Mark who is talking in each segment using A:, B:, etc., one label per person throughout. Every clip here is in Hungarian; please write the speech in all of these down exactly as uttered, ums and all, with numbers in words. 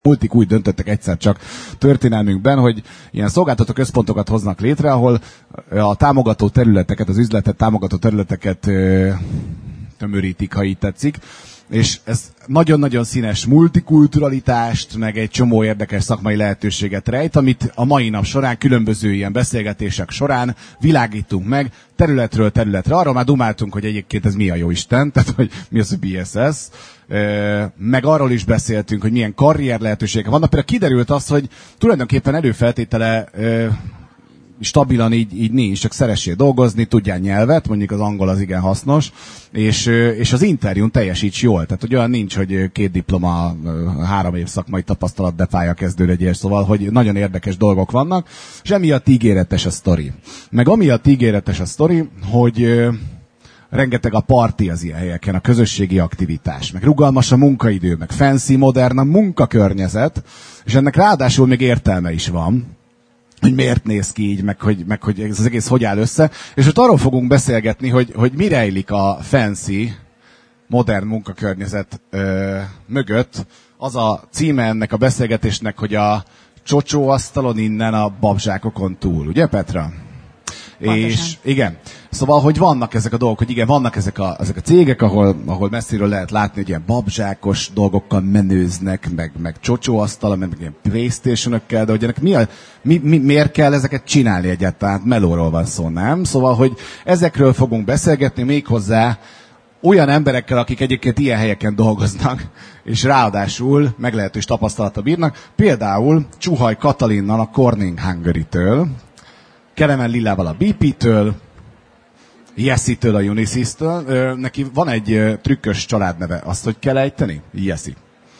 A: multik úgy döntöttek egyszer csak történelmünkben, hogy ilyen szolgáltató központokat hoznak létre, ahol a támogató területeket, az üzletet támogató területeket ö, tömörítik, ha így tetszik. És ez nagyon-nagyon színes multikulturalitást, meg egy csomó érdekes szakmai lehetőséget rejt, amit a mai nap során, különböző ilyen beszélgetések során világítunk meg területről területre. Arról már dumáltunk, hogy egyébként ez mi a jó Isten, tehát hogy mi az a bé es es, meg arról is beszéltünk, hogy milyen karrier lehetőségek vannak. Például kiderült az, hogy tulajdonképpen előfeltétele stabilan így, így nincs, csak szeressél dolgozni, tudjál nyelvet, mondjuk az angol az igen hasznos, és, és az interjún teljesíts jól. Tehát hogy olyan nincs, hogy két diploma, három év szakmai tapasztalat, de pályakezdő legyél, szóval, hogy nagyon érdekes dolgok vannak, és emiatt ígéretes a sztori. Meg amiatt ígéretes a sztori, hogy rengeteg a parti az ilyen helyeken, a közösségi aktivitás, meg rugalmas a munkaidő, meg fancy, modern a munkakörnyezet, és ennek ráadásul még értelme is van, hogy miért néz ki így, meg hogy, meg hogy ez az egész hogy áll össze. És ott arról fogunk beszélgetni, hogy, hogy mi rejlik a fancy, modern munkakörnyezet ö, mögött. Az a címe ennek a beszélgetésnek, hogy a csocsóasztalon innen a babzsákokon túl. Ugye, Petra? Pontosan. És igen. Szóval, hogy vannak ezek a dolgok, hogy igen, vannak ezek a, ezek a cégek, ahol, ahol messziről lehet látni, hogy ilyen babzsákos dolgokkal menőznek, meg, meg csocsóasztal, meg ilyen PlayStation-ökkel, de hogy ennek mi a, mi, mi, miért kell ezeket csinálni egyáltalán? Melóról van szó, nem? Szóval, hogy ezekről fogunk beszélgetni méghozzá olyan emberekkel, akik egyébként ilyen helyeken dolgoznak, és ráadásul meglehetős tapasztalata bírnak. Például Csuhaj Katalinnal a Corning Hungary-től, Kelemen Lillával a bé pé-től, Jessi-től a Unisys-től. Neki van egy trükkös családneve. Azt, hogy kell ejteni? Jessi.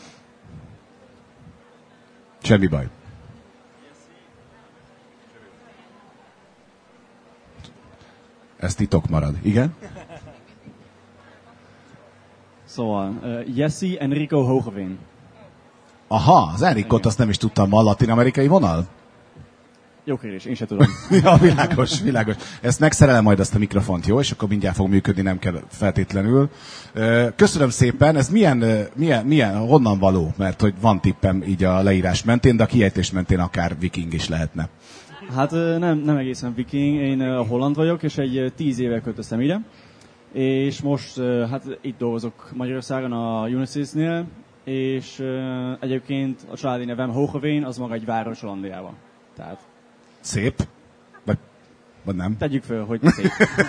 A: Semmi baj. Ez titok marad. Igen?
B: Szóval, uh, Jessi Enrico Hogeveen.
A: Aha, az Enricot azt nem is tudtam, a latin-amerikai vonal?
B: Jó kérdés, én sem tudom.
A: Ja, világos, világos. Ezt megszerelem majd azt a mikrofont, jó? És akkor mindjárt fog működni, nem kell feltétlenül. Köszönöm szépen. Ez milyen, milyen, milyen, honnan való? Mert hogy van tippem így a leírás mentén, de a kiejtés mentén akár viking is lehetne.
B: Hát nem, nem egészen viking. Én holland vagyok, és egy tíz éve költöztem ide. És most hát itt dolgozok Magyarországon a Unisys-nél, és egyébként a családi nevem Hogeveen, az maga egy város Hollandiában. Tehát
A: szép? Vagy, vagy nem?
B: Tegyük föl, hogy szép.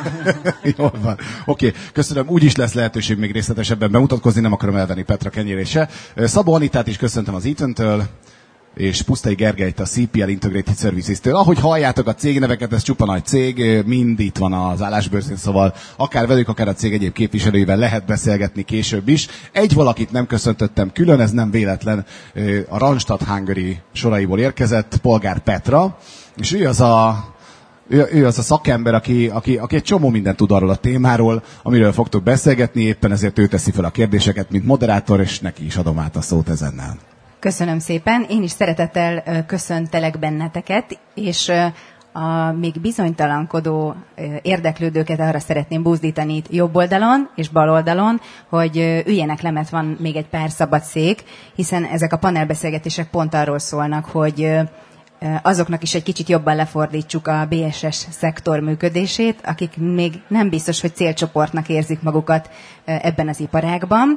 A: Jól van. Oké, okay. Köszönöm. Úgy is lesz lehetőség még részletesebben bemutatkozni, nem akarom elvenni Petra kenyérése. Szabó Anitát is köszöntöm az Eaton-től, és Pusztai Gergelyt a cé pé el Integrated Services-től. Ahogy halljátok a cégneveket, ez csupa nagy cég, mind itt van az állásbőrzén, szóval akár velük, akár a cég egyéb képviselőivel lehet beszélgetni később is. Egy valakit nem köszöntöttem külön, ez nem véletlen, a Randstad Hungary soraiból érkezett, Polgár Petra, és ő az a Ő, ő az a szakember, aki, aki, aki egy csomó mindent tud arról a témáról, amiről fogtok beszélgetni, éppen ezért ő teszi fel a kérdéseket, mint moderátor, és neki is adom át a szót ezennel.
C: Köszönöm szépen. Én is szeretettel köszöntelek benneteket, és a még bizonytalankodó érdeklődőket arra szeretném buzdítani itt jobb oldalon és bal oldalon, hogy üljenek le, mert van még egy pár szabad szék, hiszen ezek a panelbeszélgetések pont arról szólnak, hogy azoknak is egy kicsit jobban lefordítsuk a bé es es szektor működését, akik még nem biztos, hogy célcsoportnak érzik magukat ebben az iparágban.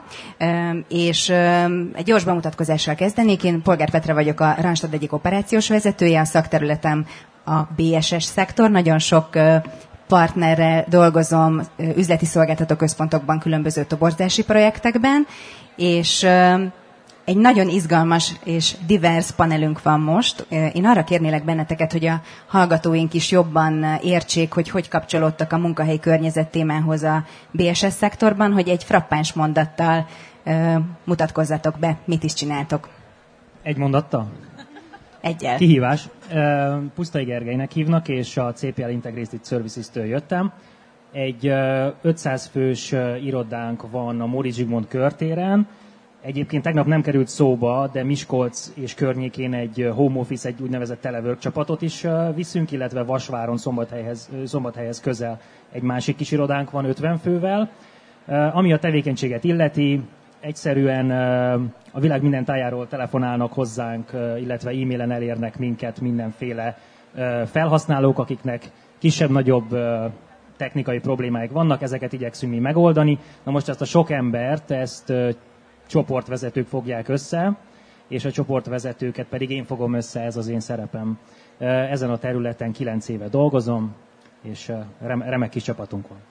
C: És egy gyors bemutatkozással kezdenék. Én Polgár Petra vagyok, a Randstad egyik operációs vezetője, a szakterületem a bé es es szektor. Nagyon sok partnerrel dolgozom üzleti szolgáltató központokban, különböző toborzási projektekben, és egy nagyon izgalmas és divers panelünk van most. Én arra kérnélek benneteket, hogy a hallgatóink is jobban értsék, hogy hogy kapcsolódtak a munkahelyi környezet témához a bé es es szektorban, hogy egy frappáns mondattal uh, mutatkozzatok be, mit is csináltok.
D: Egy mondattal?
C: Egyel.
D: Kihívás. Pusztai Gergelynek hívnak, és a cé pé el Integrated Services-től jöttem. Egy ötszáz fős irodánk van a Móricz Zsigmond körtéren. Egyébként tegnap nem került szóba, de Miskolc és környékén egy home office, egy úgynevezett telework csapatot is viszünk, illetve Vasváron, Szombathelyhez, Szombathelyhez közel egy másik kis irodánk van ötven fővel. Ami a tevékenységet illeti, egyszerűen a világ minden tájáról telefonálnak hozzánk, illetve e-mailen elérnek minket mindenféle felhasználók, akiknek kisebb-nagyobb technikai problémáik vannak, ezeket igyekszünk mi megoldani. Na most ezt a sok embert, ezt csoportvezetők fogják össze, és a csoportvezetőket pedig én fogom össze, ez az én szerepem. Ezen a területen kilenc éve dolgozom, és remek kis csapatunk van.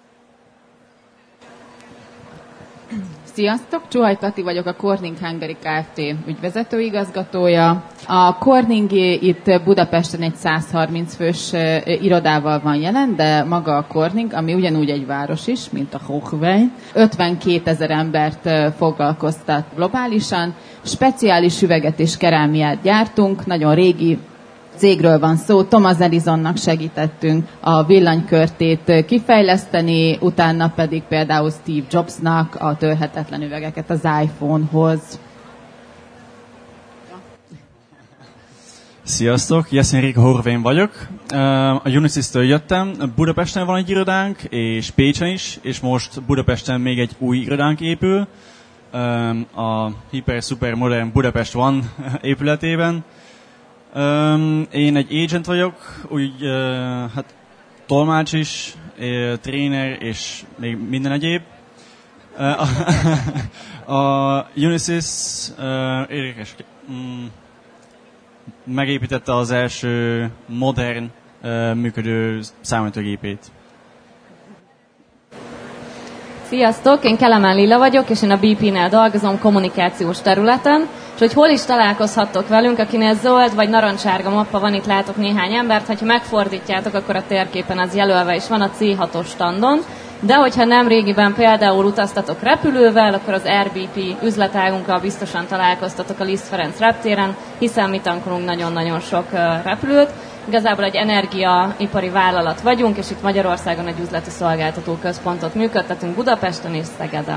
E: Sziasztok, Csuhaj Kati vagyok, a Corning Hungary Kft. Ügyvezető igazgatója. A Corning itt Budapesten egy száz harminc fős irodával van jelen, de maga a Corning, ami ugyanúgy egy város is, mint a Hochwein, ötvenkétezer embert foglalkoztat globálisan. Speciális üveget és kerámiát gyártunk, nagyon régi cégről van szó. Thomas Edisonnak segítettünk a villanykörtét kifejleszteni, utána pedig például Steve Jobsnak a törhetetlen üvegeket az iPhone-hoz.
B: Sziasztok, Jeszenrik Horvén vagyok. A Unisys-től jöttem. Budapesten van egy irodánk, és Pécsen is, és most Budapesten még egy új irodánk épül. A hiper szuper modern Budapest One épületében. Um, én egy agent vagyok, úgy uh, hát tolmács is, uh, tréner és még minden egyéb. Uh, a, a Unisys uh, érdekes, um, megépítette az első modern uh, működő számítógépét.
F: Sziasztok, én Kelemen Lilla vagyok, és én a bé pé-nél dolgozom kommunikációs területen, és hogy hol is találkozhattok velünk, akinél zöld vagy narancsárga mappa van, itt látok néhány embert, ha megfordítjátok, akkor a térképen az jelölve is van a cé hatos standon, de hogyha nem régiben például utaztatok repülővel, akkor az er bé pé üzletágunkkal biztosan találkoztatok a Liszt Ferenc reptéren, hiszen mi tankolunk nagyon-nagyon sok repülőt. Igazából egy energiaipari vállalat vagyunk, és itt Magyarországon egy üzleti szolgáltató központot működtetünk Budapesten és Szegeden.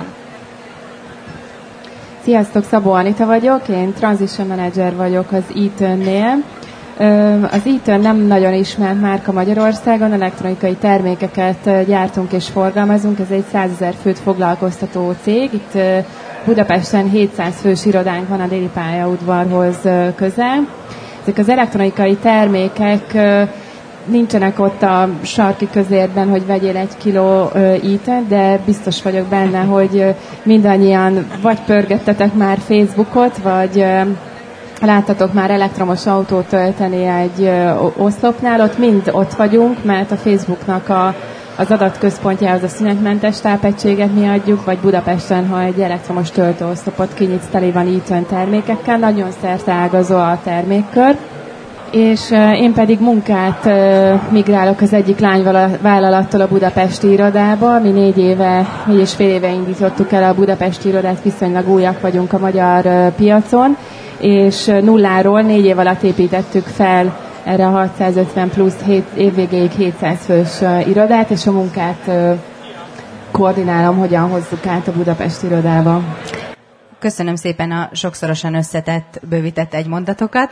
G: Sziasztok, Szabó Anita vagyok, én Transition Manager vagyok az eTurn-nél. Az eTurn nem nagyon ismert márka Magyarországon, elektronikai termékeket gyártunk és forgalmazunk, ez egy százezer főt foglalkoztató cég. Itt Budapesten hétszáz fős irodánk van a Déli pályaudvarhoz közel. Ezek az elektronikai termékek nincsenek ott a sarki közérben, hogy vegyél egy kiló eTurn, de biztos vagyok benne, hogy mindannyian vagy pörgettetek már Facebookot, vagy láttatok már elektromos autót tölteni egy oszlopnál, ott mind ott vagyunk, mert a Facebooknak a, az adatközpontjához a szünetmentes tápegységet mi adjuk, vagy Budapesten, ha egy elektromos töltőoszlopot kinyitsz, teli van eTurn termékekkel, nagyon szerteágazó a termékkör. És én pedig munkát migrálok az egyik lányvállalattól a budapesti irodába. Mi négy éve, négy és fél éve indítottuk el a budapesti irodát, viszonylag újak vagyunk a magyar piacon, és nulláról négy év alatt építettük fel erre a hatszázötven plusz év végéig hétszáz fős irodát, és a munkát koordinálom, hogyan hozzuk át a budapesti irodába.
C: Köszönöm szépen a sokszorosan összetett, bővített egymondatokat.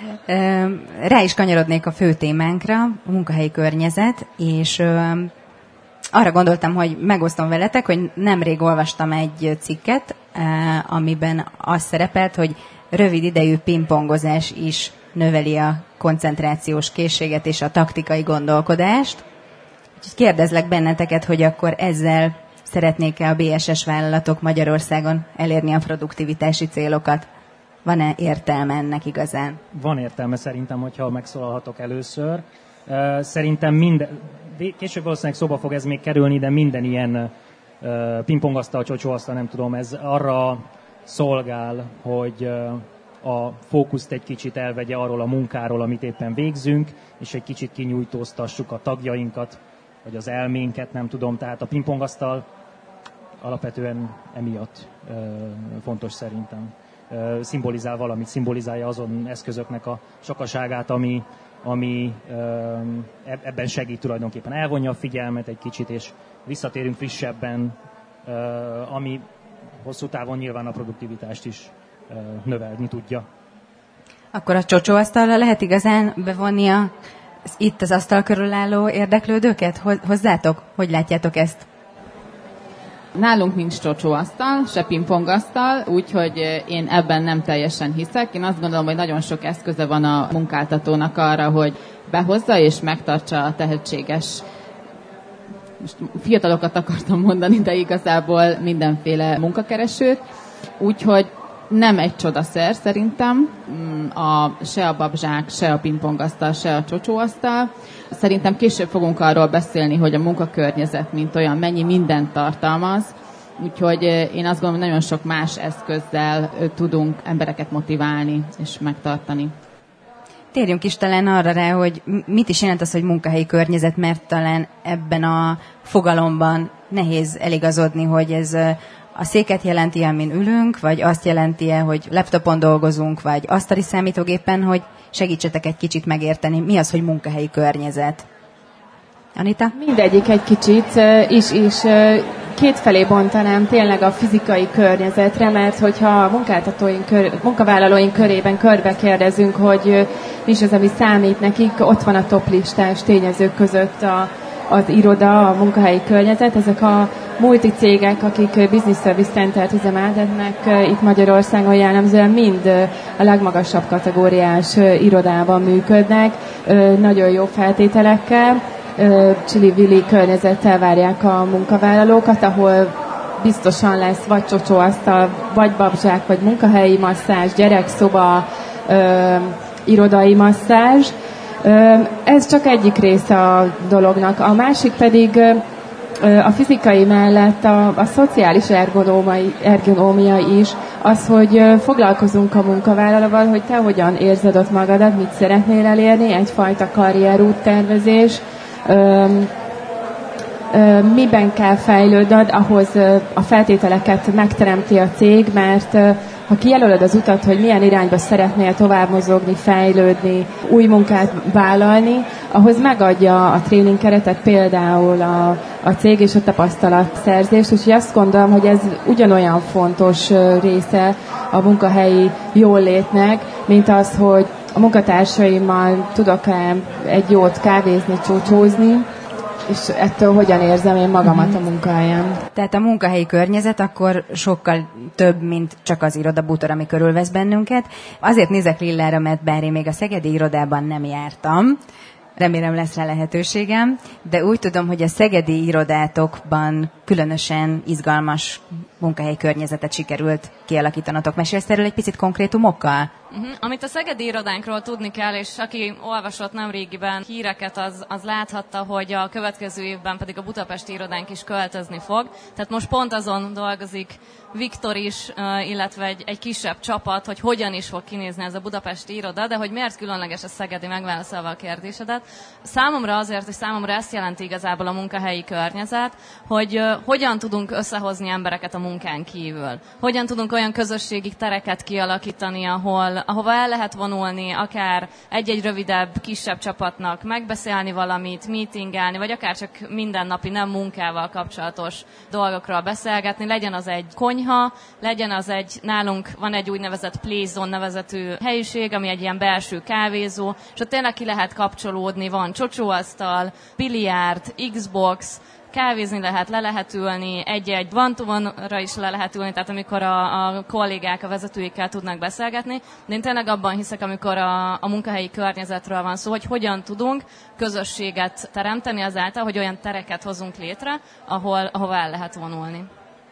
C: Rá is kanyarodnék a fő témánkra, a munkahelyi környezet, és arra gondoltam, hogy megosztom veletek, hogy nemrég olvastam egy cikket, amiben az szerepelt, hogy rövid idejű pingpongozás is növeli a koncentrációs készséget és a taktikai gondolkodást. Úgyhogy kérdezlek benneteket, hogy akkor ezzel szeretnék-e a bé es es vállalatok Magyarországon elérni a produktivitási célokat? Van-e értelme ennek igazán?
D: Van értelme szerintem, hogyha megszólalhatok először. Szerintem minden, később valószínűleg szóba fog ez még kerülni, de minden ilyen pingpongasztal, csocsóasztal, nem tudom, ez arra szolgál, hogy a fókuszt egy kicsit elvegye arról a munkáról, amit éppen végzünk, és egy kicsit kinyújtóztassuk a tagjainkat, vagy az elménket, nem tudom. Tehát a pingpongasztal alapvetően emiatt fontos szerintem. Szimbolizál valamit, szimbolizálja azon eszközöknek a sokaságát, ami, ami ebben segít tulajdonképpen. Elvonja a figyelmet egy kicsit, és visszatérünk frissebben, ami hosszú távon nyilván a produktivitást is növelni tudja.
C: Akkor a csocsóasztalra lehet igazán bevonni a, itt az asztal körül álló érdeklődőket? Hozzátok? Hogy látjátok ezt?
E: Nálunk nincs csocsóasztal, se pingpongasztal, úgyhogy én ebben nem teljesen hiszek. Én azt gondolom, hogy nagyon sok eszköze van a munkáltatónak arra, hogy behozza és megtartsa a tehetséges, most fiatalokat akartam mondani, de igazából mindenféle munkakeresőt. Úgyhogy nem egy csodaszer szerintem, a, se a babzsák, se a pingpongasztal, se a csocsóasztal. Szerintem később fogunk arról beszélni, hogy a munkakörnyezet, mint olyan, mennyi mindent tartalmaz. Úgyhogy én azt gondolom, hogy nagyon sok más eszközzel tudunk embereket motiválni és megtartani.
C: Térjünk is talán arra rá, hogy mit is jelent az, hogy munkahelyi környezet, mert talán ebben a fogalomban nehéz eligazodni, hogy ez a széket jelenti, amin ülünk, vagy azt jelenti-e, hogy laptopon dolgozunk, vagy asztali számítógépen, hogy segítsetek egy kicsit megérteni, mi az, hogy munkahelyi környezet. Anita?
G: Mindegyik egy kicsit, és, és kétfelé bontanám tényleg a fizikai környezetre, mert hogyha a munkáltatóink, kör, munkavállalóink körében körbe kérdezünk, hogy mi is az, ami számít nekik, ott van a toplistás tényezők között a, az iroda, a munkahelyi környezet. Ezek a multicégek, akik business service centert üzemeltetnek itt Magyarországon, jellemzően mind a legmagasabb kategóriás irodában működnek, nagyon jó feltételekkel, csili-vili környezettel várják a munkavállalókat, ahol biztosan lesz vagy csocsóasztal, vagy babzsák, vagy munkahelyi masszázs, gyerekszoba, ö, irodai masszázs. Ö, ez csak egyik része a dolognak. A másik pedig ö, a fizikai mellett a, a szociális ergonómia is, az, hogy foglalkozunk a munkavállalóval, hogy te hogyan érzed ott magadat, mit szeretnél elérni, egyfajta karrierúttervezés, Ö, ö, miben kell fejlődnöd, ahhoz ö, a feltételeket megteremti a cég, mert ö, ha kijelölöd az utat, hogy milyen irányba szeretnél tovább mozogni, fejlődni, új munkát vállalni, ahhoz megadja a tréning keretet például a, a cég és a tapasztalatszerzés, úgyhogy azt gondolom, hogy ez ugyanolyan fontos ö, része a munkahelyi jólétnek, mint az, hogy a munkatársaimmal tudok-e egy jót kávézni, csúcsózni, és ettől hogyan érzem én magamat a munkahelyen.
C: Tehát a munkahelyi környezet akkor sokkal több, mint csak az irodabútor, ami körülvesz bennünket. Azért nézek Lillára, mert bár én még a szegedi irodában nem jártam, remélem lesz rá lehetőségem, de úgy tudom, hogy a szegedi irodátokban különösen izgalmas munkahelyi környezetet sikerült kialakítanatok. Mesélsz erről egy picit konkrétumokkal?
F: Uh-huh. Amit a szegedi irodánkról tudni kell, és aki olvasott nemrégiben híreket, az, az láthatta, hogy a következő évben pedig a budapesti irodánk is költözni fog. Tehát most pont azon dolgozik Viktor is, illetve egy, egy kisebb csapat, hogy hogyan is fog kinézni ez a budapesti iroda, de hogy miért különleges a szegedi, megválaszolva a kérdésedet. Számomra azért, hogy számomra ezt jelenti igazából a munkahelyi környezet, hogy uh, hogyan tudunk összehozni embereket a munkán kívül. Hogyan tudunk olyan közösségi tereket kialakítani, ahol, ahova el lehet vonulni, akár egy-egy rövidebb, kisebb csapatnak megbeszélni valamit, meetingelni, vagy akár csak mindennapi nem munkával kapcsolatos dolgokról beszélgetni. Legyen az egy konyha, legyen az egy, nálunk van egy úgynevezett Playzone nevezetű helyiség, ami egy ilyen belső kávézó, és ott tényleg ki lehet kapcsolódni, van csocsóasztal, biliárd, Xbox, kávézni lehet, le lehet ülni, egy-egy one-to-one-ra is le lehet ülni, tehát amikor a, a kollégák, a vezetőikkel tudnak beszélgetni. De én tényleg abban hiszek, amikor a, a munkahelyi környezetről van szó, hogy hogyan tudunk közösséget teremteni azáltal, hogy olyan tereket hozunk létre, ahol, ahova el lehet vonulni.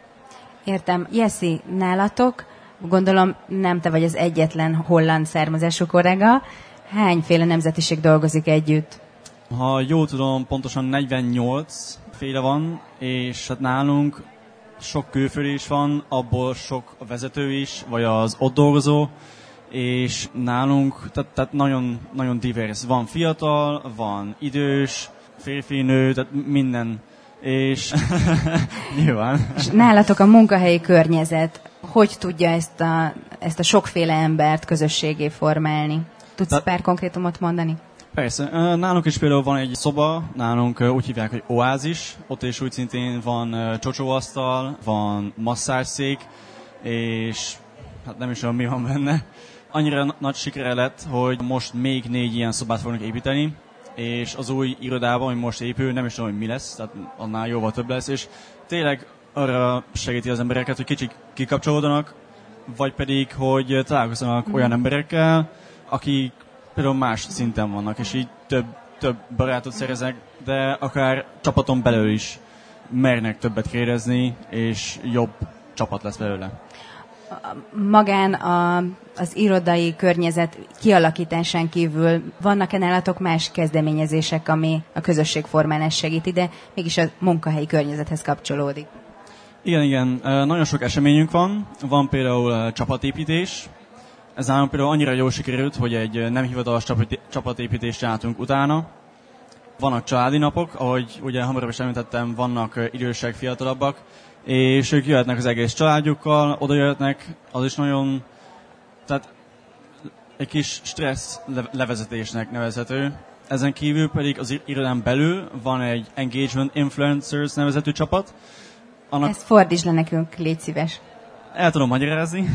C: Értem. Jeszi, nálatok, gondolom nem te vagy az egyetlen holland származású kollega. Hányféle nemzetiség dolgozik együtt?
B: Ha jól tudom, pontosan negyvennyolc féle van, és hát nálunk sok külföldi is van, abból sok vezető is, vagy az ott dolgozó, és nálunk tehát, tehát nagyon, nagyon divers. Van fiatal, van idős, férfi, nő, tehát minden. És nyilván.
C: És nálatok a munkahelyi környezet hogy tudja ezt a, ezt a sokféle embert közösségé formálni? Tudsz Te- pár konkrétumot mondani?
B: Persze. Nálunk is például van egy szoba, nálunk úgy hívják, hogy oázis, ott is úgy szintén van csocsóasztal, van masszázsszék, és hát nem is tudom, mi van benne. Annyira nagy sikere lett, hogy most még négy ilyen szobát fognak építeni, és az új irodában, ami most épül, nem is tudom, hogy mi lesz, tehát annál jóval több lesz, és tényleg arra segíti az embereket, hogy kicsit kikapcsolódjanak, vagy pedig, hogy találkozzanak mm. olyan emberekkel, akik például más szinten vannak, és így több, több barátot szereznek, de akár csapaton belül is mernek többet kérdezni, és jobb csapat lesz belőle.
C: Magán a, az irodai környezet kialakításán kívül vannak-e nálatok más kezdeményezések, ami a közösségformálást segíti, de mégis a munkahelyi környezethez kapcsolódik?
B: Igen, igen. Nagyon sok eseményünk van. Van például csapatépítés. Ez nálunk például annyira jól sikerült, hogy egy nem hivatalos csapatépítést csináltunk utána. Vannak családi napok, ahogy ugye hamarabb is említettem, vannak idősek, fiatalabbak, és ők jöhetnek az egész családjukkal, oda jöhetnek, az is nagyon, tehát egy kis stressz levezetésnek nevezhető. Ezen kívül pedig az irodán belül van egy Engagement Influencers nevezetű csapat.
C: Annak... Ezt fordítsd le nekünk, légy szíves.
B: El tudom magyarázni.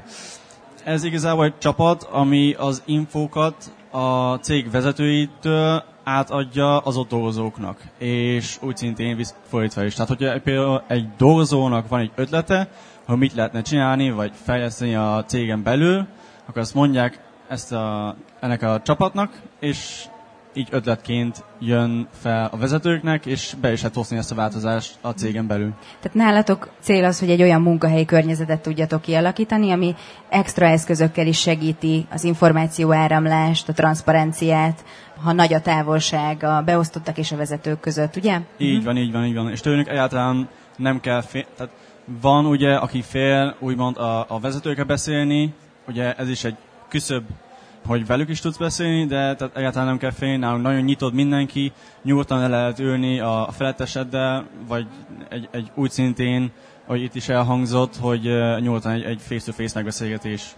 B: Ez igazából egy csapat, ami az infókat a cég vezetőitől átadja az ott dolgozóknak, és úgy szintén fordítva is. Tehát, hogyha például egy dolgozónak van egy ötlete, hogy mit lehetne csinálni, vagy fejleszteni a cégen belül, akkor azt mondják ezt a, ennek a csapatnak, és így ötletként jön fel a vezetőknek, és be is lehet hozni ezt a változást a cégen belül.
C: Tehát nálatok cél az, hogy egy olyan munkahelyi környezetet tudjatok kialakítani, ami extra eszközökkel is segíti az információ áramlást, a transzparenciát, ha nagy a távolság a beosztottak és a vezetők között, ugye?
B: Így van, így van, így van. És tőlünk egyáltalán nem kell fél... Tehát van ugye, aki fél úgymond a, a vezetőkkel beszélni, ugye ez is egy küszöbb, hogy velük is tudsz beszélni, de tehát egyáltalán nem kell félni, nálunk nagyon nyitott mindenki, nyugodtan le lehet ülni a, a feletteseddel, vagy egy, egy úgy szintén, hogy itt is elhangzott, hogy uh, nyugodtan egy, egy face-to-face megbeszélgetés.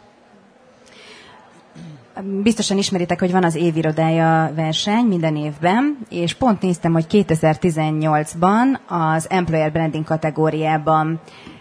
C: Biztosan ismeritek, hogy van az évirodája verseny minden évben, és pont néztem, hogy kétezer-tizennyolcban az Employer Branding kategóriában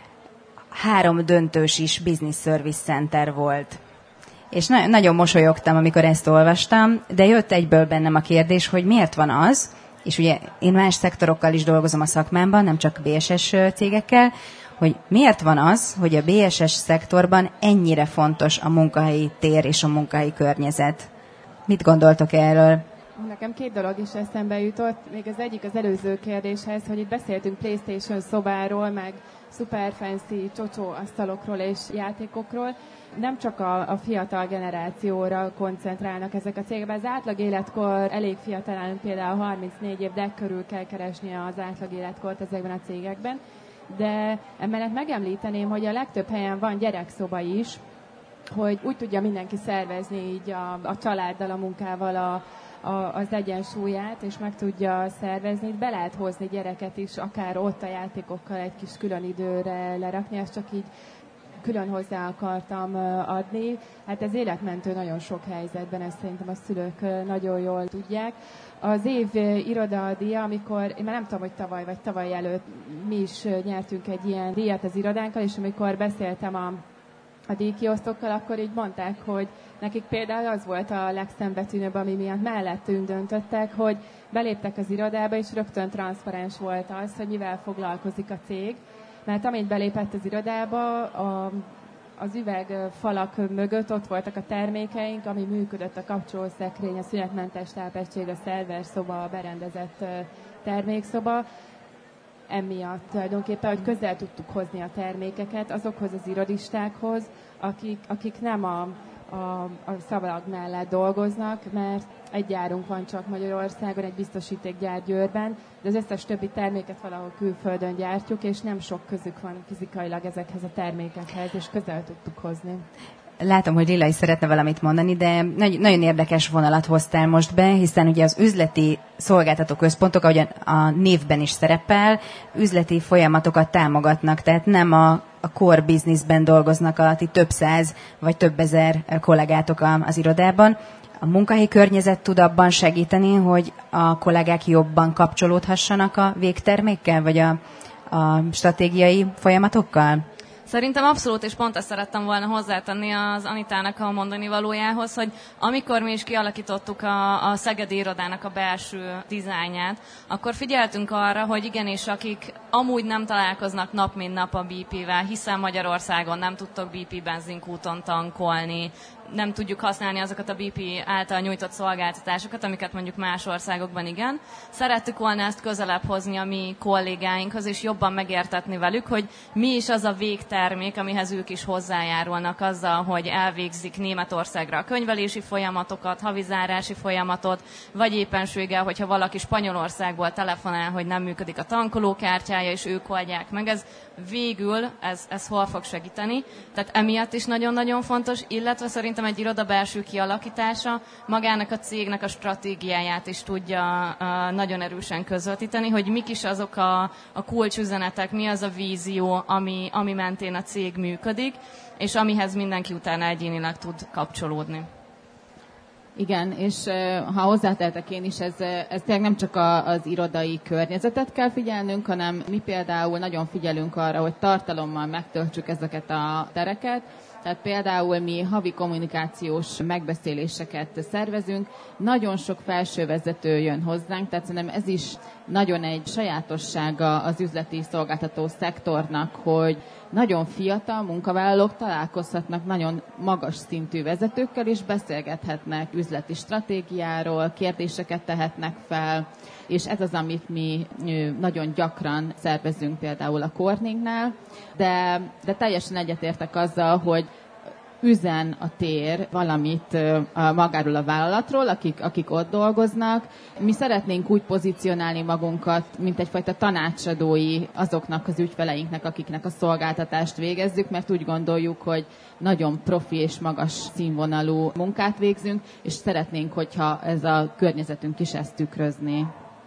C: három döntős is Business Service Center volt. És na- nagyon mosolyogtam, amikor ezt olvastam, de jött egyből bennem a kérdés, hogy miért van az, és ugye én más szektorokkal is dolgozom a szakmámban, nem csak bé es es cégekkel, hogy miért van az, hogy a bé es es szektorban ennyire fontos a munkahelyi tér és a munkahelyi környezet. Mit gondoltok erről?
G: Nekem két dolog is eszembe jutott. Még az egyik az előző kérdéshez, hogy itt beszéltünk PlayStation szobáról, meg super fancy csocsó asztalokról és játékokról. Nem csak a, a fiatal generációra koncentrálnak ezek a cégek, az átlag életkor elég fiatalán, például harmincnégy év, de körül kell keresni az átlag életkort ezekben a cégekben. De emellett megemlíteném, hogy a legtöbb helyen van gyerekszoba is, hogy úgy tudja mindenki szervezni így a, a családdal, a munkával a, a, az egyensúlyát, és meg tudja szervezni. Be lehet hozni gyereket is, akár ott a játékokkal egy kis külön időre lerakni, ezt csak így külön hozzá akartam adni. Hát ez életmentő nagyon sok helyzetben, ezt szerintem a szülők nagyon jól tudják. Az év irodadíja, amikor, én már nem tudom, hogy tavaly vagy tavaly előtt mi is nyertünk egy ilyen díjat az irodánkkal, és amikor beszéltem a, a díjkiosztókkal, akkor így mondták, hogy nekik például az volt a legszembetűnőbb, ami miatt mellettünk döntöttek, hogy beléptek az irodába, és rögtön transzparens volt az, hogy mivel foglalkozik a cég. Mert amint belépett az irodába, a, az üvegfalak mögött ott voltak a termékeink, ami működött, a kapcsolószekrény, a szünetmentes tápegység, a szerverszoba, a berendezett termékszoba. Emiatt tulajdonképpen, hogy közel tudtuk hozni a termékeket azokhoz az irodistákhoz, akik, akik nem a, a, a szalag mellett dolgoznak, mert egy gyárunk van csak Magyarországon, egy biztosítékgyár Győrben, de az összes többi terméket valahol külföldön gyártjuk, és nem sok közük van fizikailag ezekhez a termékekhez, és közel tudtuk hozni.
C: Látom, hogy Lilla is szeretne valamit mondani, de nagy, nagyon érdekes vonalat hoztál most be, hiszen ugye az üzleti szolgáltató központok, ahogyan a névben is szerepel, üzleti folyamatokat támogatnak, tehát nem a, a core businessben dolgoznak a ti több száz vagy több ezer kollégátok az irodában. A munkahelyi környezet tud abban segíteni, hogy a kollégák jobban kapcsolódhassanak a végtermékkel, vagy a, a stratégiai folyamatokkal?
F: Szerintem abszolút, és pont ezt szerettem volna hozzátenni az Anitának a mondani valójához, hogy amikor mi is kialakítottuk a, a Szegedi irodának a belső dizájnját, akkor figyeltünk arra, hogy igenis, akik amúgy nem találkoznak nap mint nap a bé pé-vel, hiszen Magyarországon nem tudtok bé pé benzinkúton tankolni, nem tudjuk használni azokat a bé pé által nyújtott szolgáltatásokat, amiket mondjuk más országokban igen. Szerettük volna ezt közelebb hozni a mi kollégáinkhoz, és jobban megértetni velük, hogy mi is az a végtermék, amihez ők is hozzájárulnak azzal, hogy elvégzik Németországra a könyvelési folyamatokat, havizárási folyamatot, vagy éppenséggel, hogyha valaki Spanyolországból telefonál, hogy nem működik a tankolókártyája, és ők oldják meg. Ez végül, ez, ez hol fog segíteni. Tehát emiatt is nagyon-nagyon fontos, illetve szerintem egy iroda belső kialakítása magának a cégnek a stratégiáját is tudja uh, nagyon erősen közvetíteni, hogy mik is azok a, a kulcsüzenetek, mi az a vízió, ami, ami mentén a cég működik, és amihez mindenki utána egyénileg tud kapcsolódni.
E: Igen, és ha hozzáteltek én is, ez, ez tényleg nem csak a, az irodai környezetet kell figyelnünk, hanem mi például nagyon figyelünk arra, hogy tartalommal megtöltsük ezeket a tereket. Tehát például mi havi kommunikációs megbeszéléseket szervezünk, nagyon sok felsővezető jön hozzánk, tehát szerintem ez is nagyon egy sajátossága az üzleti szolgáltató szektornak, hogy nagyon fiatal munkavállalók találkozhatnak nagyon magas szintű vezetőkkel, és beszélgethetnek üzleti stratégiáról, kérdéseket tehetnek fel, és ez az, amit mi nagyon gyakran szervezünk például a Corningnál, de, de teljesen egyetértek azzal, hogy üzen a tér valamit a magáról a vállalatról, akik, akik ott dolgoznak. Mi szeretnénk úgy pozícionálni magunkat, mint egyfajta tanácsadói azoknak az ügyfeleinknek, akiknek a szolgáltatást végezzük, mert úgy gondoljuk, hogy nagyon profi és magas színvonalú munkát végzünk, és szeretnénk, hogyha ez a környezetünk is ezt tükrözni.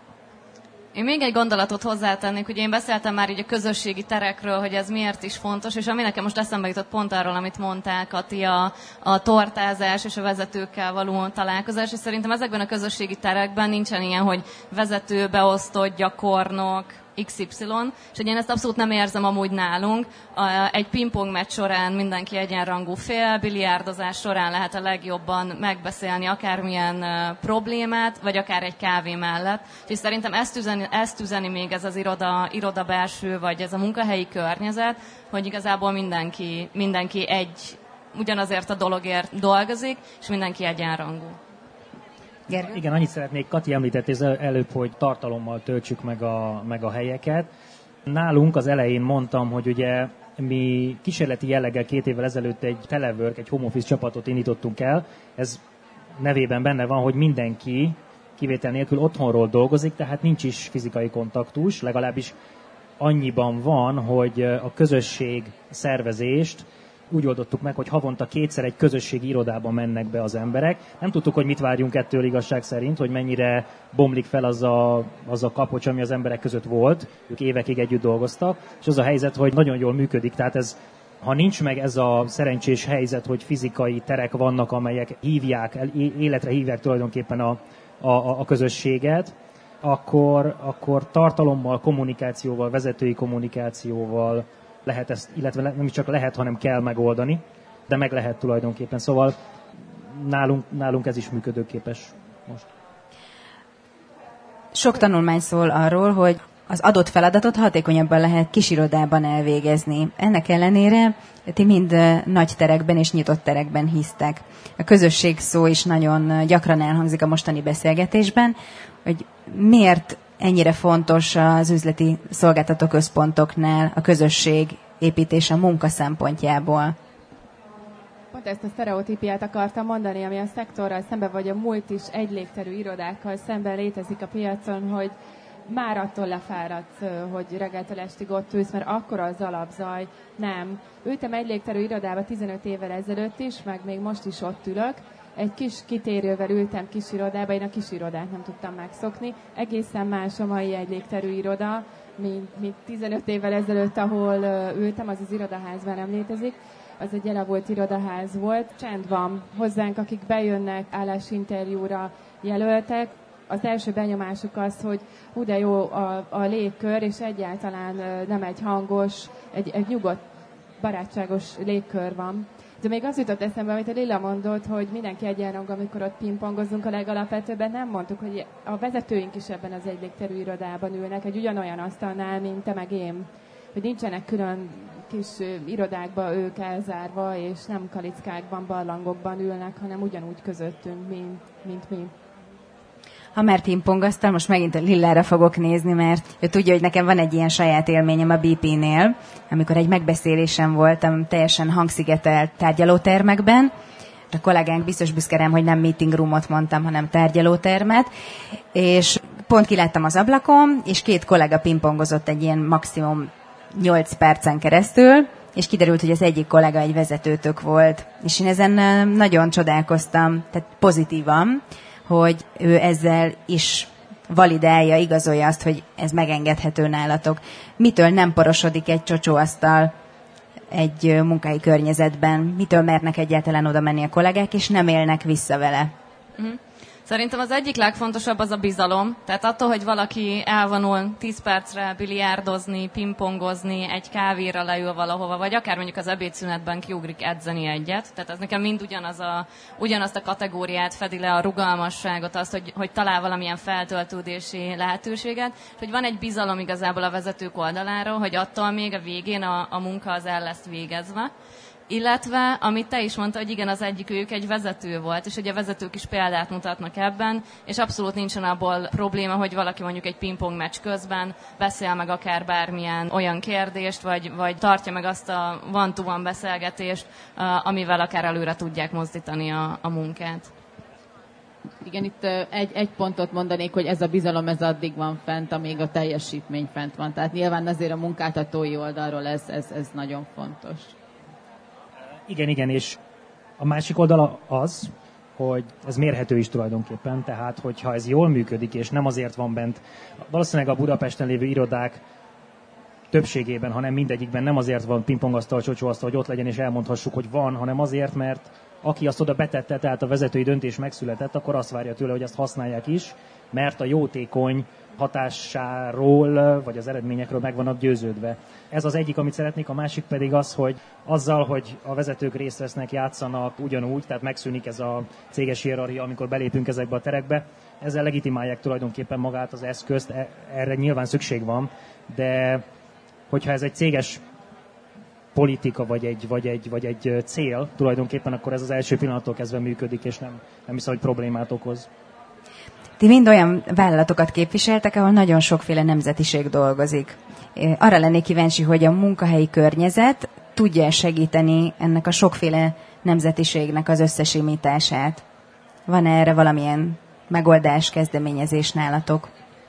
F: Én még egy gondolatot hozzátennék, hogy én beszéltem már így a közösségi terekről, hogy ez miért is fontos, és ami nekem most eszembe jutott pont arról, amit mondtál, Kati, a, a tortázás és a vezetőkkel való találkozás, és szerintem ezekben a közösségi terekben nincsen ilyen, hogy vezető, beosztott, gyakornok, iksz ipszilon, és hogy én ezt abszolút nem érzem amúgy nálunk. Egy pingpong meccs során mindenki egyenrangú fél, biliárdozás során lehet a legjobban megbeszélni akármilyen problémát, vagy akár egy kávé mellett. És szerintem ezt üzeni, ezt üzeni még ez az iroda, iroda belső, vagy ez a munkahelyi környezet, hogy igazából mindenki, mindenki egy, ugyanazért a dologért dolgozik, és mindenki egyenrangú.
D: Gergő? Igen, annyit szeretnék, Kati említett ez előbb, hogy tartalommal töltsük meg a, meg a helyeket. Nálunk az elején mondtam, hogy ugye mi kísérleti jelleggel két évvel ezelőtt egy telework, egy home office csapatot indítottunk el. Ez nevében benne van, hogy mindenki kivétel nélkül otthonról dolgozik, tehát nincs is fizikai kontaktus, legalábbis annyiban van, hogy a közösség szervezést úgy oldottuk meg, hogy havonta kétszer egy közösségi irodában mennek be az emberek. Nem tudtuk, hogy mit várjunk ettől igazság szerint, hogy mennyire bomlik fel az a, az a kapocs, ami az emberek között volt. Ők évekig együtt dolgoztak, és az a helyzet, hogy nagyon jól működik. Tehát ez, ha nincs meg ez a szerencsés helyzet, hogy fizikai terek vannak, amelyek hívják, életre hívják tulajdonképpen a, a, a közösséget, akkor, akkor tartalommal, kommunikációval, vezetői kommunikációval lehet ezt, illetve nem is csak lehet, hanem kell megoldani, de meg lehet tulajdonképpen. Szóval nálunk, nálunk ez is működőképes most.
C: Sok tanulmány szól arról, hogy az adott feladatot hatékonyabban lehet kisirodában elvégezni. Ennek ellenére ti mind nagy terekben és nyitott terekben hisztek. A közösség szó is nagyon gyakran elhangzik a mostani beszélgetésben, hogy miért ennyire fontos az üzleti szolgáltató központoknál a közösség építése a munka szempontjából.
G: Pont ezt a sztereotípiát akartam mondani, ami a szektorral szemben, vagy a múlt is egy légterű irodákkal szemben létezik a piacon, hogy már attól lefáradsz, hogy reggeltől estig ott ülsz, mert akkora az alapzaj. Nem. Ültem egy légterű irodába tizenöt évvel ezelőtt is, meg még most is ott ülök. Egy kis kitérővel ültem kis irodába, én a kis irodát nem tudtam megszokni. Egészen más a mai egy légterű iroda, mint, mint tizenöt évvel ezelőtt, ahol uh, ültem, az az irodaház már nem létezik. Az egy elavult irodaház volt. Csend van hozzánk, akik bejönnek állásinterjúra jelöltek. Az első benyomásuk az, hogy hú de jó a, a légkör, és egyáltalán uh, nem egy hangos, egy, egy nyugodt barátságos légkör van. De még az jutott eszembe, amit a Lilla mondott, hogy mindenki egyenrangú, amikor ott pingpongozunk, a legalapvetőbben nem mondtuk, hogy a vezetőink is ebben az egy légterű irodában ülnek, egy ugyanolyan asztalnál, mint te meg én. Hogy nincsenek külön kis irodákba ők elzárva, és nem kalickákban, barlangokban ülnek, hanem ugyanúgy közöttünk, mint, mint mi.
C: Ha már pingpongoztam, most megint a Lillára fogok nézni, mert ő tudja, hogy nekem van egy ilyen saját élményem a bé pé-nél, amikor egy megbeszélésen voltam teljesen hangszigetelt tárgyalótermekben, a kollégánk biztos büszke rám, hogy nem meeting roomot mondtam, hanem tárgyalótermet, és pont kiláttam az ablakon, és két kollega pingpongozott egy ilyen maximum nyolc percen keresztül, és kiderült, hogy az egyik kollega egy vezetőtök volt. És én ezen nagyon csodálkoztam, tehát pozitívan, hogy ő ezzel is validálja, igazolja azt, hogy ez megengedhető nálatok. Mitől nem porosodik egy csocsóasztal egy munkai környezetben? Mitől mernek egyáltalán oda menni a kollégák, és nem élnek vissza vele?
F: Uh-huh. Szerintem az egyik legfontosabb az a bizalom. Tehát attól, hogy valaki elvonul tíz percre biliárdozni, pingpongozni, egy kávéra leül valahova, vagy akár mondjuk az ebédszünetben kiugrik edzeni egyet. Tehát ez nekem mind ugyanaz a, ugyanazt a kategóriát fedi le, a rugalmasságot, azt, hogy, hogy talál valamilyen feltöltődési lehetőséget. És hogy van egy bizalom igazából a vezetők oldaláról, hogy attól még a végén a, a munka az el lesz végezve. Illetve, amit te is mondta, hogy igen, az egyik ők egy vezető volt, és ugye a vezetők is példát mutatnak ebben, és abszolút nincsen abból probléma, hogy valaki mondjuk egy pingpong meccs közben beszél meg akár bármilyen olyan kérdést, vagy, vagy tartja meg azt a one-to-one beszélgetést, amivel akár előre tudják mozdítani a, a munkát.
E: Igen, itt egy, egy pontot mondanék, hogy ez a bizalom ez addig van fent, amíg a teljesítmény fent van. Tehát nyilván azért a munkáltatói oldalról ez, ez, ez nagyon fontos.
D: Igen, igen, és a másik oldala az, hogy ez mérhető is tulajdonképpen, tehát hogyha ez jól működik, és nem azért van bent, valószínűleg a Budapesten lévő irodák többségében, hanem mindegyikben nem azért van pingpongasztal, csocsóasztal, hogy ott legyen és elmondhassuk, hogy van, hanem azért, mert aki azt oda betette, tehát a vezetői döntés megszületett, akkor azt várja tőle, hogy ezt használják is, mert a jótékony hatásáról, vagy az eredményekről meg vannak győződve. Ez az egyik, amit szeretnék, a másik pedig az, hogy azzal, hogy a vezetők részt vesznek, játszanak ugyanúgy, tehát megszűnik ez a céges hierarchia, amikor belépünk ezekbe a terekbe, ezzel legitimálják tulajdonképpen magát az eszközt, erre nyilván szükség van, de hogyha ez egy céges politika, vagy egy, vagy, egy, vagy egy cél tulajdonképpen, akkor ez az első pillanattól kezdve működik, és nem, nem hiszem, hogy problémát okoz.
C: Ti mind olyan vállalatokat képviseltek, ahol nagyon sokféle nemzetiség dolgozik. Arra lennék kíváncsi, hogy a munkahelyi környezet tudja segíteni ennek a sokféle nemzetiségnek az összesimítását. Van erre valamilyen megoldás, kezdeményezés nálatok?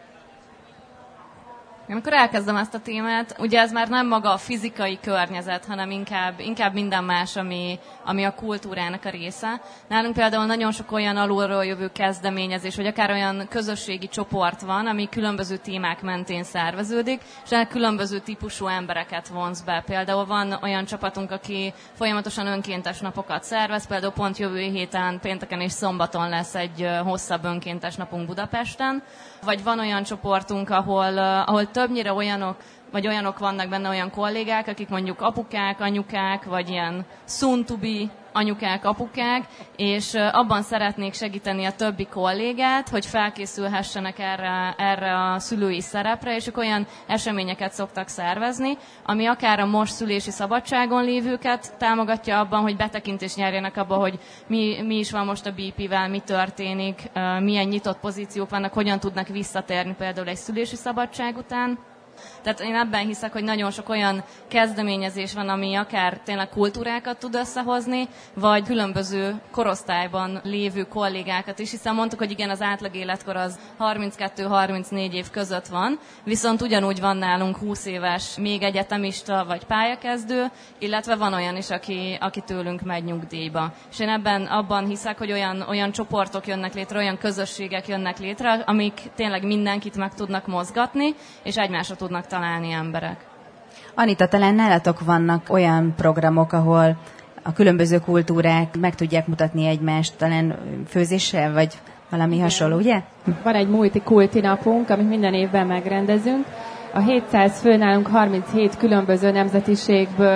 F: Amikor elkezdem ezt a témát, ugye ez már nem maga a fizikai környezet, hanem inkább, inkább minden más, ami, ami a kultúrának a része. Nálunk például nagyon sok olyan alulról jövő kezdeményezés, vagy akár olyan közösségi csoport van, ami különböző témák mentén szerveződik, és ennek különböző típusú embereket vonz be. Például van olyan csapatunk, aki folyamatosan önkéntes napokat szervez, például pont jövő héten, pénteken és szombaton lesz egy hosszabb önkéntes napunk Budapesten, vagy van olyan csoportunk, ahol, ahol többnyire olyanok, vagy olyanok vannak benne olyan kollégák, akik mondjuk apukák, anyukák, vagy ilyen soon to be anyukák, apukák, és abban szeretnék segíteni a többi kollégát, hogy felkészülhessenek erre, erre a szülői szerepre, és ők olyan eseményeket szoktak szervezni, ami akár a most szülési szabadságon lévőket támogatja abban, hogy betekintést nyerjenek abba, hogy mi, mi is van most a bé pé-vel, mi történik, milyen nyitott pozíciók vannak, hogyan tudnak visszatérni például egy szülési szabadság után. Tehát én ebben hiszek, hogy nagyon sok olyan kezdeményezés van, ami akár tényleg kultúrákat tud összehozni, vagy különböző korosztályban lévő kollégákat is, hiszen mondtuk, hogy igen, az átlag életkor az harminckettő-harmincnégy év között van, viszont ugyanúgy van nálunk húsz éves még egyetemista vagy pályakezdő, illetve van olyan is, aki, aki tőlünk megy nyugdíjba. És én ebben abban hiszek, hogy olyan, olyan csoportok jönnek létre, olyan közösségek jönnek létre, amik tényleg mindenkit meg tudnak mozgatni, és egymásra tudnak találni emberek.
C: Anita, talán nálatok vannak olyan programok, ahol a különböző kultúrák meg tudják mutatni egymást, talán főzéssel, vagy valami igen. hasonló, ugye?
G: Van egy multikulti napunk, amit minden évben megrendezünk. A hétszáz fő nálunk harminchét különböző nemzetiségből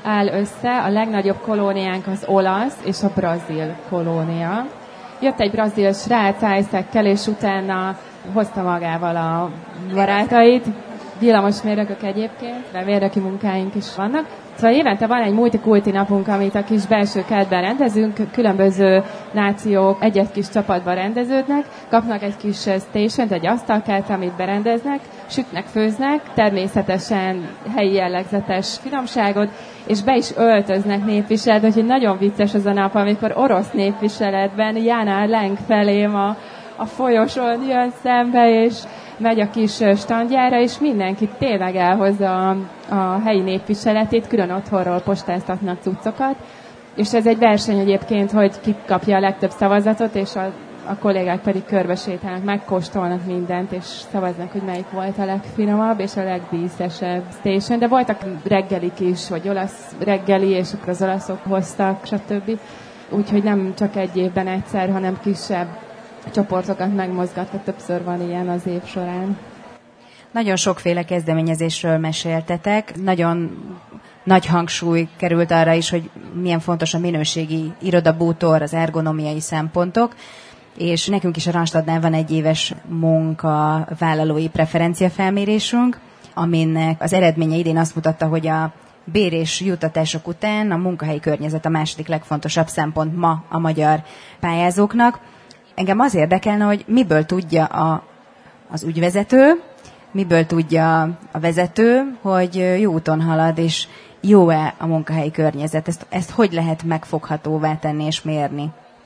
G: áll össze. A legnagyobb kolóniánk az olasz és a brazil kolónia. Jött egy brazil srác Isaac-kel, és utána hozta magával a barátait, villamosmérnökök egyébként, de mérnöki munkáink is vannak. Szóval évente van egy multikulti napunk, amit a kis belső kertben rendezünk, különböző nációk egy-egy kis csapatban rendeződnek, kapnak egy kis station-t, egy asztalkát, amit berendeznek, sütnek, főznek, természetesen helyi jellegzetes finomságot, és be is öltöznek népviselet, úgyhogy nagyon vicces az a nap, amikor orosz népviseletben Jana Leng felém a, a folyosón jön szembe, és megy a kis standjára, és mindenki tényleg elhozza a, a helyi népviseletét, külön otthonról postáztatnak cuccokat, és ez egy verseny egyébként, hogy ki kapja a legtöbb szavazatot, és a, a kollégák pedig körbesétálnak, megkóstolnak mindent, és szavaznak, hogy melyik volt a legfinomabb, és a legdíszesebb station, de voltak reggelik is, vagy olasz reggeli, és akkor az olaszok hoztak, stb. Úgyhogy nem csak egy évben egyszer, hanem kisebb csoportokat megmozgatva, többször van ilyen az év során.
C: Nagyon sokféle kezdeményezésről meséltetek, nagyon nagy hangsúly került arra is, hogy milyen fontos a minőségi irodabútor, az ergonomiai szempontok, és nekünk is a Randstadnál van egy éves munkavállalói preferenciafelmérésünk, aminek az eredménye idén azt mutatta, hogy a bér és juttatások után a munkahelyi környezet a második legfontosabb szempont ma a magyar pályázóknak. Engem az érdekelne, hogy miből tudja a, az ügyvezető, miből tudja a vezető, hogy jó úton halad, és jó-e a munkahelyi környezet. Ezt, ezt hogy lehet megfoghatóvá tenni és mérni?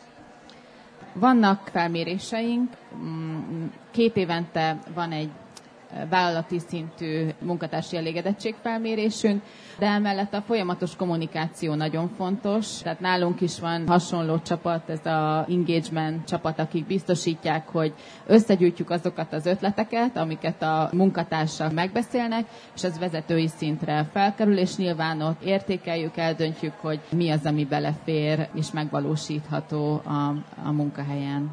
E: Vannak felméréseink, két évente van egy vállalati szintű munkatársi elégedettségfelmérésünk, de emellett a folyamatos kommunikáció nagyon fontos. Tehát nálunk is van hasonló csapat, ez a engagement csapat, akik biztosítják, hogy összegyűjtjük azokat az ötleteket, amiket a munkatársak megbeszélnek, és ez vezetői szintre felkerül, és nyilván ott értékeljük, eldöntjük, hogy mi az, ami belefér és megvalósítható a, a munkahelyen.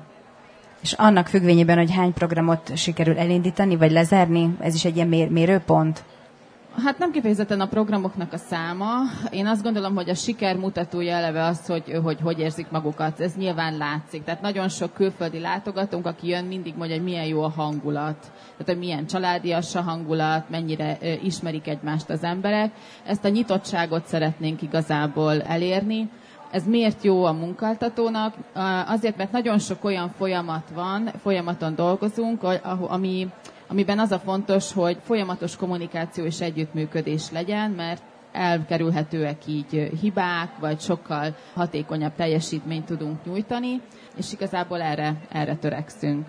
C: És annak függvényében, hogy hány programot sikerül elindítani, vagy lezárni, ez is egy ilyen mér- mérőpont?
E: Hát nem kifejezetten a programoknak a száma. Én azt gondolom, hogy a siker mutatója eleve az, hogy, hogy hogy érzik magukat. Ez nyilván látszik. Tehát nagyon sok külföldi látogatónk, aki jön, mindig mondja, hogy milyen jó a hangulat. Tehát, hogy milyen családias a hangulat, mennyire ismerik egymást az emberek. Ezt a nyitottságot szeretnénk igazából elérni. Ez miért jó a munkáltatónak? Azért, mert nagyon sok olyan folyamat van, folyamaton dolgozunk, ami, amiben az a fontos, hogy folyamatos kommunikáció és együttműködés legyen, mert elkerülhetőek így hibák, vagy sokkal hatékonyabb teljesítményt tudunk nyújtani, és igazából erre, erre törekszünk.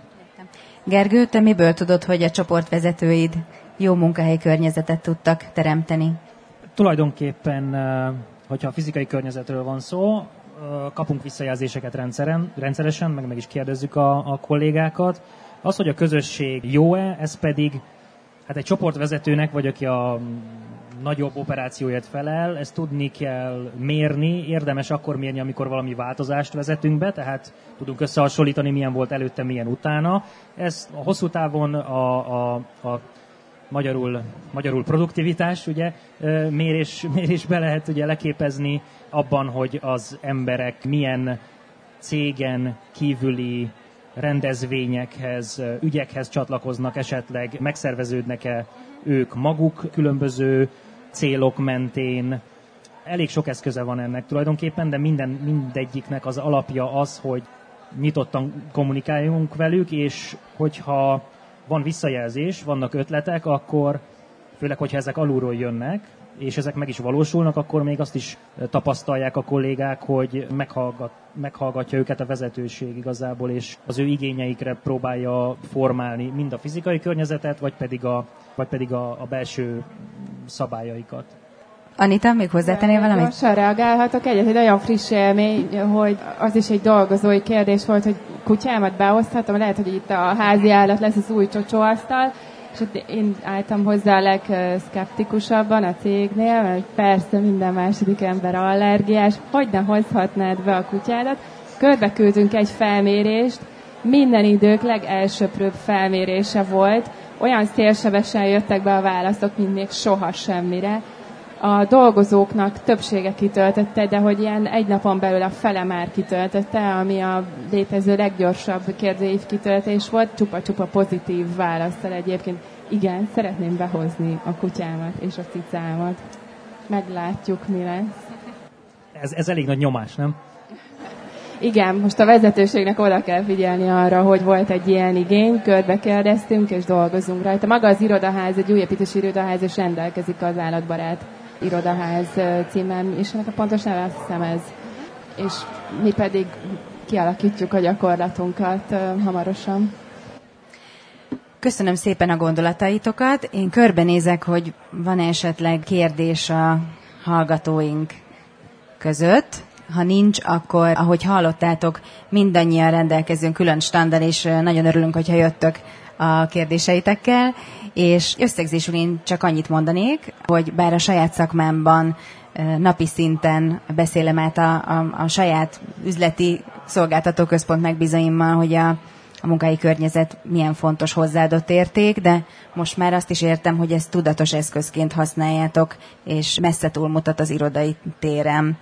C: Gergő, te miből tudod, hogy a csoportvezetőid jó munkahelyi környezetet tudtak teremteni?
D: Tulajdonképpen, hogyha a fizikai környezetről van szó, kapunk visszajelzéseket rendszeren, rendszeresen, meg meg is kérdezzük a, a kollégákat. Az, hogy a közösség jó-e, ez pedig hát egy csoportvezetőnek, vagy aki a nagyobb operációért felel, ezt tudni kell mérni, érdemes akkor mérni, amikor valami változást vezetünk be, tehát tudunk összehasonlítani, milyen volt előtte, milyen utána. Ez a hosszú távon a, a, a magyarul, magyarul produktivitás, ugye, mérés, mérésbe lehet ugye leképezni abban, hogy az emberek milyen cégen kívüli rendezvényekhez, ügyekhez csatlakoznak, esetleg megszerveződnek-e ők maguk különböző célok mentén. Elég sok eszköze van ennek tulajdonképpen, de minden, mindegyiknek az alapja az, hogy nyitottan kommunikáljunk velük, és hogyha van visszajelzés, vannak ötletek, akkor főleg, hogyha ezek alulról jönnek, és ezek meg is valósulnak, akkor még azt is tapasztalják a kollégák, hogy meghallgat, meghallgatja őket a vezetőség igazából, és az ő igényeikre próbálja formálni mind a fizikai környezetet, vagy pedig a, vagy pedig a, a belső szabályaikat.
C: Anita, még hozzátennél valamit?
G: Gyorsan reagálhatok egyet, egy nagyon friss élmény, hogy az is egy dolgozói kérdés volt, hogy kutyámat behozhatom, lehet, hogy itt a házi állat lesz az új csocsóasztal, és ott én álltam hozzá a legszkeptikusabban a cégnél, mert persze minden második ember allergiás, hogy ne hozhatnád be a kutyádat. Körbeküldtünk egy felmérést, minden idők legelsöprőbb felmérése volt, olyan szélsebesen jöttek be a válaszok, mint még soha semmire. a dolgozóknak többsége kitöltötte, de hogy ilyen egy napon belül a fele már kitöltötte, ami a létező leggyorsabb kérdőív kitöltés volt, csupa-csupa pozitív választal egyébként. Igen, szeretném behozni a kutyámat és a cicámat. Meglátjuk, mi lesz.
D: Ez, ez elég nagy nyomás, nem?
G: Igen, most a vezetőségnek oda kell figyelni arra, hogy volt egy ilyen igény, körbe kérdeztünk, és dolgozunk rajta. Maga az irodaház, egy új építési irodaház, és rendelkezik az állatbarát irodaház címmel, és ennek a pontos neve azt hiszem ez. És mi pedig kialakítjuk a gyakorlatunkat uh, hamarosan.
C: Köszönöm szépen a gondolataitokat. Én körbenézek, hogy van esetleg kérdés a hallgatóink között. Ha nincs, akkor, ahogy hallottátok, mindannyian rendelkezünk külön standal, és nagyon örülünk, hogyha jöttök a kérdéseitekkel. És összegzésül én csak annyit mondanék, hogy bár a saját szakmámban napi szinten beszélem át a, a, a saját üzleti szolgáltatóközpont megbízóimmal, hogy a a munkai környezet milyen fontos hozzáadott érték, de most már azt is értem, hogy ezt tudatos eszközként használjátok, és messze túlmutat az irodai téren.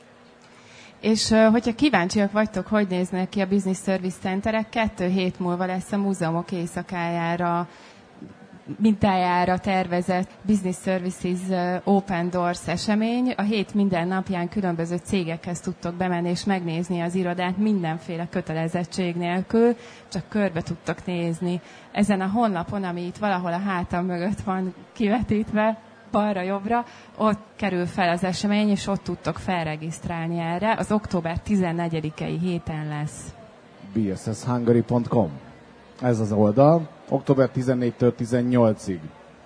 G: És hogyha kíváncsiak vagytok, hogy néznek ki a Business Service Centerek, kettő hét múlva lesz a múzeumok éjszakájára, mintájára tervezett Business Services Open Doors esemény. A hét minden napján különböző cégekhez tudtok bemenni és megnézni az irodát mindenféle kötelezettség nélkül, csak körbe tudtok nézni. Ezen a honlapon, ami itt valahol a hátam mögött van kivetítve, balra-jobbra, ott kerül fel az esemény, és ott tudtok felregisztrálni erre. Az október tizennegyedikei héten lesz.
A: b s s hungary pont com Ez az oldal. október tizennégytől tizennyolcig.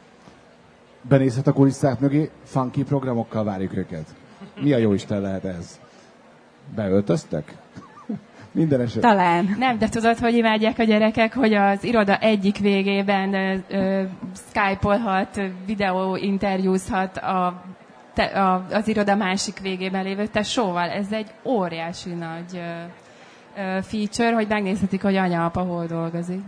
A: Benézhet a kulisszák mögé, funky programokkal várjuk őket. Mi a jó Isten lehet ez? Beöltöztek? Minden eset.
C: Talán.
G: Nem, de tudod, hogy imádják a gyerekek, hogy az iroda egyik végében ö, ö, skype-olhat, videóinterjúzhat a, te, a, az iroda másik végében lévő tesóval. Ez egy óriási nagy ö, ö, feature, hogy megnézhetik, hogy anya-apa hol dolgozik.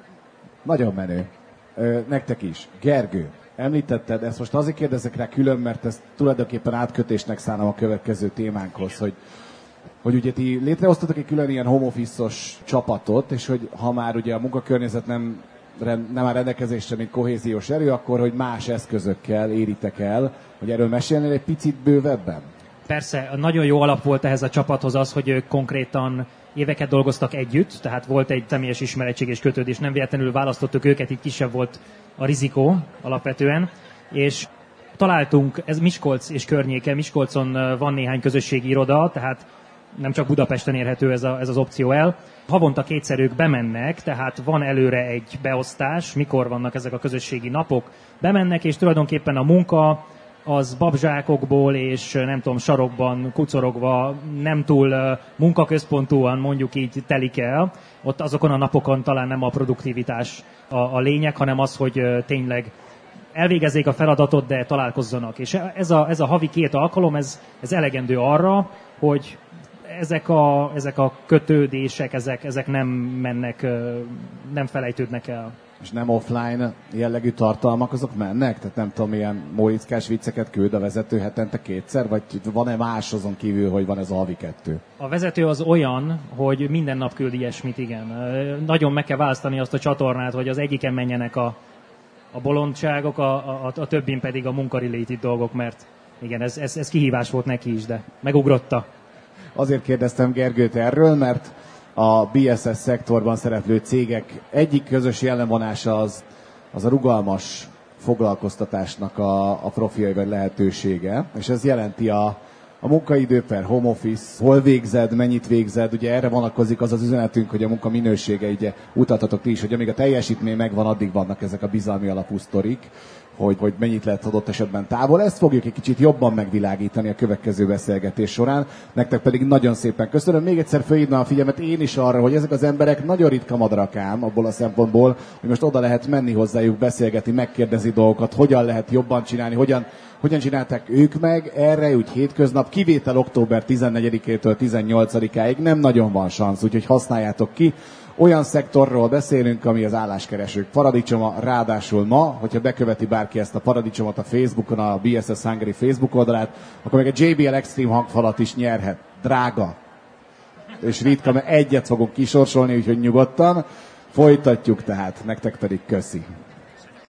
G: Nagyon
A: menő. Ö, nektek is. Gergő, említetted, ezt most azért kérdezek rá külön, mert ezt tulajdonképpen átkötésnek szánom a következő témánkhoz, hogy hogy ugye ti létrehoztatok egy külön ilyen home office-os csapatot, és hogy ha már ugye a munkakörnyezet nem, nem áll rendelkezésre, mint kohéziós erő, akkor hogy más eszközökkel éritek el, hogy erről mesélnél egy picit bővebben?
D: Persze, nagyon jó alap volt ehhez a csapathoz az, hogy ők konkrétan éveket dolgoztak együtt, tehát volt egy személyes ismerettség és kötődés, nem véletlenül választottuk őket, így kisebb volt a rizikó alapvetően, és találtunk, ez Miskolc és környéke, Miskolcon van néhány közösségi iroda, tehát nem csak Budapesten érhető ez, a, ez az opció el. Havonta kétszer ők bemennek, tehát van előre egy beosztás, mikor vannak ezek a közösségi napok. Bemennek, és tulajdonképpen a munka az babzsákokból és nem tudom, sarokban kucorogva, nem túl munkaközpontúan mondjuk így telik el. Ott azokon a napokon talán nem a produktivitás a, a lényeg, hanem az, hogy tényleg elvégezzék a feladatot, de találkozzanak. És ez a, ez a havi két alkalom, ez, ez elegendő arra, hogy ezek a, ezek a kötődések, ezek, ezek nem mennek, nem felejtődnek el.
A: És nem offline jellegű tartalmak, azok mennek? Tehát nem tudom, ilyen mórickás vicceket küld a vezető hetente kétszer? Vagy van-e más azon kívül, hogy van ez a havi kettő?
D: A vezető az olyan, hogy minden nap küld ilyesmit, igen. Nagyon meg kell választani azt a csatornát, hogy az egyiken menjenek a, a bolondságok, a, a, a többin pedig a munka-related dolgok, mert igen, ez, ez, ez kihívás volt neki is, de megugrotta.
A: Azért kérdeztem Gergőt erről, mert a bé es es szektorban szereplő cégek egyik közös jellemvonása az, az a rugalmas foglalkoztatásnak a, a profiai vagy lehetősége, és ez jelenti a, a munkaidő per home office, hol végzed, mennyit végzed, ugye erre vonatkozik az az üzenetünk, hogy a munka minősége, ugye utaltatok ti is, hogy amíg a teljesítmény megvan, addig vannak ezek a bizalmi alapú sztorik, hogy, hogy mennyit lehet adott esetben távol. Ezt fogjuk egy kicsit jobban megvilágítani a következő beszélgetés során. Nektek pedig nagyon szépen köszönöm. Még egyszer felhívnám a figyelmet én is arra, hogy ezek az emberek nagyon ritka madarak ám, abból a szempontból, hogy most oda lehet menni hozzájuk, beszélgetni, megkérdezni dolgokat, hogyan lehet jobban csinálni, hogyan, hogyan csinálták ők meg. Erre úgy hétköznap, kivétel október tizennegyedikétől tizennyolcadikáig nem nagyon van szansz, úgyhogy használjátok ki. Olyan szektorról beszélünk, ami az álláskeresők paradicsoma, ráadásul ma, hogyha beköveti bárki ezt a paradicsomot a Facebookon, a bé es es Hungary Facebook oldalát, akkor meg egy jé bé el Extreme hangfalat is nyerhet. Drága. És ritka, mert egyet fogunk kisorsolni, úgyhogy nyugodtan. Folytatjuk tehát, nektek pedig köszi.